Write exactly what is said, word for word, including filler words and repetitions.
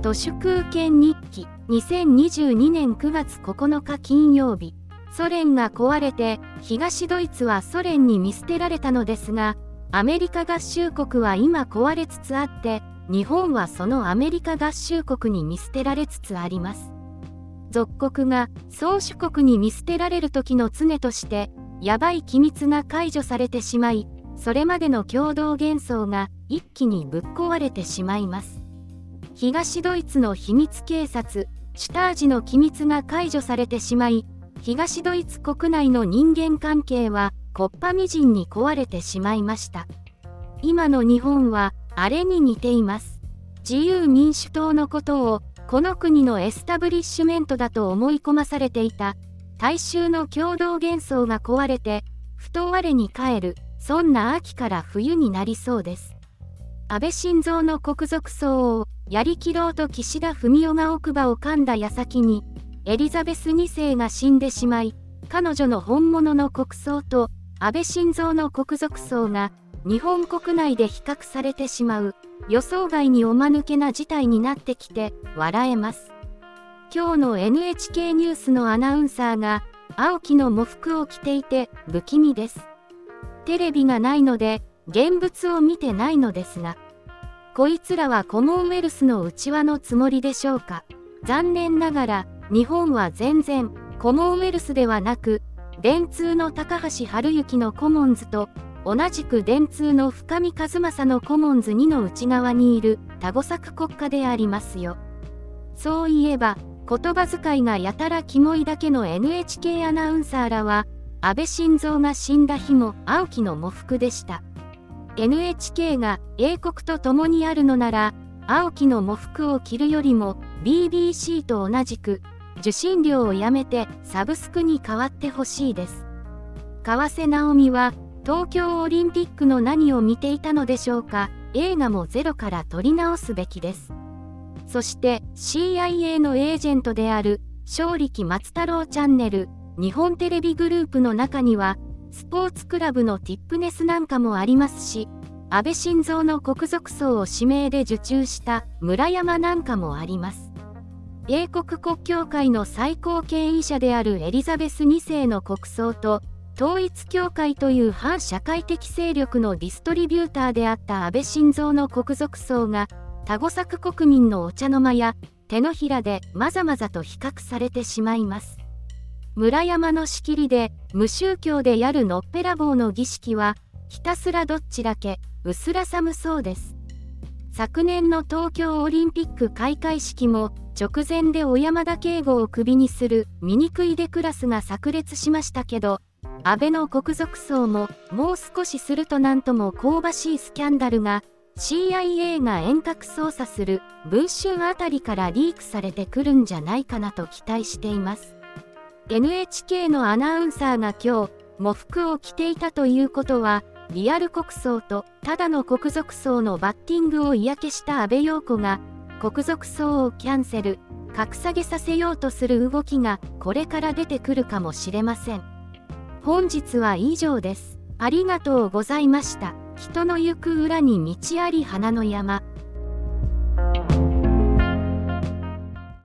都市空権日記にせんにじゅうにねんくがつここのか金曜日、ソ連が壊れて東ドイツはソ連に見捨てられたのですが、アメリカ合衆国は今壊れつつあって、日本はそのアメリカ合衆国に見捨てられつつあります。属国が宗主国に見捨てられる時の常として、やばい機密が解除されてしまい、それまでの共同幻想が一気にぶっ壊れてしまいます。東ドイツの秘密警察、シュタージの機密が解除されてしまい、東ドイツ国内の人間関係は木っ端みじんに壊れてしまいました。今の日本はあれに似ています。自由民主党のことをこの国のエスタブリッシュメントだと思い込まされていた大衆の共同幻想が壊れて、ふと我に返る、そんな秋から冬になりそうです。安倍晋三の国賊葬をやりきろうと岸田文雄が奥歯を噛んだ矢先に、エリザベスにせいが死んでしまい、彼女の本物の国葬と安倍晋三の国賊葬が日本国内で比較されてしまう、予想外におまぬけな事態になってきて笑えます。今日の エヌエイチケー ニュースのアナウンサーが青木の喪服を着ていて不気味です。テレビがないので現物を見てないのですが、こいつらはコモンウェルスの内輪のつもりでしょうか。残念ながら日本は全然コモンウェルスではなく、電通の高橋治之のコモンズと同じく電通の深見和正のコモンズにの内側にいる多語作国家でありますよ。そういえば言葉遣いがやたらキモいだけの エヌエイチケー アナウンサーらは、安倍晋三が死んだ日も青木の喪服でした。エヌエイチケー が英国と共にあるのなら、青木の喪服を着るよりも ビービーシー と同じく受信料をやめてサブスクに変わってほしいです。河瀬直美は東京オリンピックの何を見ていたのでしょうか。映画もゼロから撮り直すべきです。そして シーアイエー のエージェントである正力松太郎チャンネル、日本テレビグループの中にはスポーツクラブのティップネスなんかもありますし、安倍晋三の国賊葬を指名で受注した村山なんかもあります。英国国教会の最高権威者であるエリザベスにせいの国葬と、統一教会という反社会的勢力のディストリビューターであった安倍晋三の国賊葬が、多語作国民のお茶の間や手のひらでまざまざと比較されてしまいます。村山の仕切りで無宗教でやるのっぺらぼうの儀式はひたすらどっちだけうすら寒そうです。昨年の東京オリンピック開会式も直前で小山田圭吾をクビにする醜いデクラスが炸裂しましたけど、安倍の国賊葬ももう少しするとなんとも香ばしいスキャンダルが シーアイエー が遠隔操作する文春あたりからリークされてくるんじゃないかなと期待しています。エヌエイチケー のアナウンサーが今日喪服を着ていたということは、リアル国葬とただの国賊葬のバッティングを嫌気した安倍陽子が国賊葬をキャンセル、格下げさせようとする動きがこれから出てくるかもしれません。本日は以上です。ありがとうございました。人の行く裏に道あり花の山。